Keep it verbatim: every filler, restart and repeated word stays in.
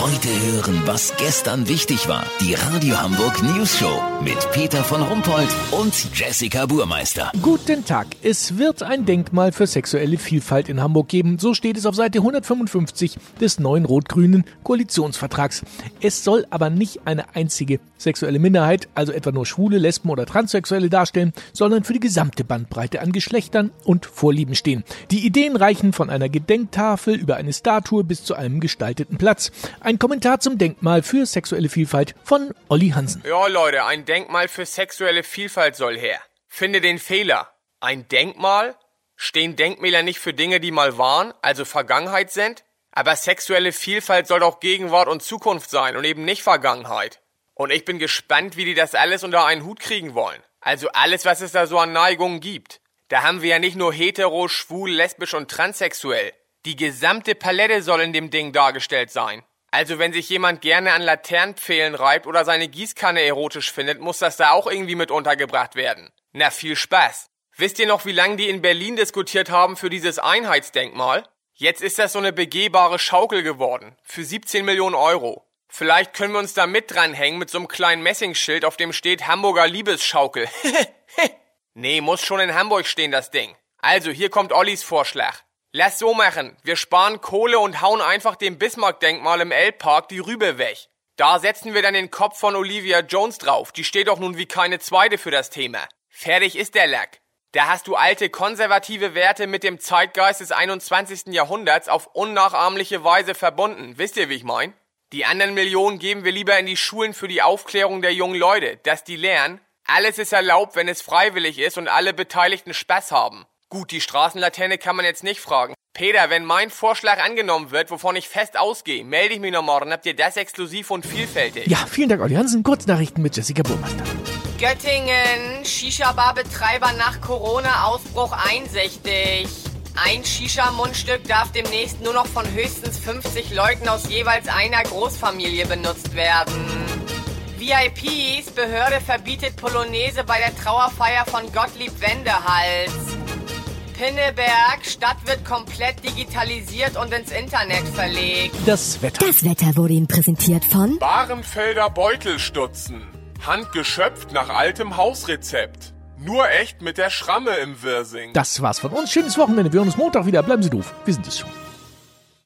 Heute hören, was gestern wichtig war. Die Radio Hamburg News Show mit Peter von Rumpold und Jessica Burmeister. Guten Tag. Es wird ein Denkmal für sexuelle Vielfalt in Hamburg geben. So steht es auf Seite hundertfünfundfünfzig des neuen rot-grünen Koalitionsvertrags. Es soll aber nicht eine einzige sexuelle Minderheit, also etwa nur Schwule, Lesben oder Transsexuelle darstellen, sondern für die gesamte Bandbreite an Geschlechtern und Vorlieben stehen. Die Ideen reichen von einer Gedenktafel über eine Statue bis zu einem gestalteten Platz. Ein Kommentar zum Denkmal für sexuelle Vielfalt von Olli Hansen. Ja, Leute, ein Denkmal für sexuelle Vielfalt soll her. Finde den Fehler. Ein Denkmal? Stehen Denkmäler nicht für Dinge, die mal waren, also Vergangenheit sind? Aber sexuelle Vielfalt soll doch Gegenwart und Zukunft sein und eben nicht Vergangenheit. Und ich bin gespannt, wie die das alles unter einen Hut kriegen wollen. Also alles, was es da so an Neigungen gibt. Da haben wir ja nicht nur hetero, schwul, lesbisch und transsexuell. Die gesamte Palette soll in dem Ding dargestellt sein. Also wenn sich jemand gerne an Laternenpfählen reibt oder seine Gießkanne erotisch findet, muss das da auch irgendwie mit untergebracht werden. Na, viel Spaß. Wisst ihr noch, wie lange die in Berlin diskutiert haben für dieses Einheitsdenkmal? Jetzt ist das so eine begehbare Schaukel geworden. Für siebzehn Millionen Euro. Vielleicht können wir uns da mit dranhängen mit so einem kleinen Messingschild, auf dem steht Hamburger Liebesschaukel. Nee, muss schon in Hamburg stehen, das Ding. Also, hier kommt Ollis Vorschlag. Lass so machen. Wir sparen Kohle und hauen einfach dem Bismarck-Denkmal im Elbpark die Rübe weg. Da setzen wir dann den Kopf von Olivia Jones drauf. Die steht doch nun wie keine zweite für das Thema. Fertig ist der Lack. Da hast du alte konservative Werte mit dem Zeitgeist des einundzwanzigsten Jahrhunderts auf unnachahmliche Weise verbunden. Wisst ihr, wie ich mein? Die anderen Millionen geben wir lieber in die Schulen für die Aufklärung der jungen Leute, dass die lernen, alles ist erlaubt, wenn es freiwillig ist und alle Beteiligten Spaß haben. Gut, die Straßenlaterne kann man jetzt nicht fragen. Peter, wenn mein Vorschlag angenommen wird, wovon ich fest ausgehe, melde ich mich noch morgen, habt ihr das exklusiv und vielfältig. Ja, vielen Dank, Olli Hansen. Kurznachrichten mit Jessica Burmeister. Göttingen, Shisha-Bar-Betreiber nach Corona-Ausbruch einsichtig. Ein Shisha-Mundstück darf demnächst nur noch von höchstens fünfzig Leuten aus jeweils einer Großfamilie benutzt werden. V I Ps, Behörde verbietet Polonaise bei der Trauerfeier von Gottlieb Wendehals. Pinneberg, Stadt wird komplett digitalisiert und ins Internet verlegt. Das Wetter. Das Wetter wurde Ihnen präsentiert von Bahrenfelder Beutelstutzen. Handgeschöpft nach altem Hausrezept. Nur echt mit der Schramme im Wirsing. Das war's von uns. Schönes Wochenende. Wir hören uns Montag wieder. Bleiben Sie doof. Wir sind es schon.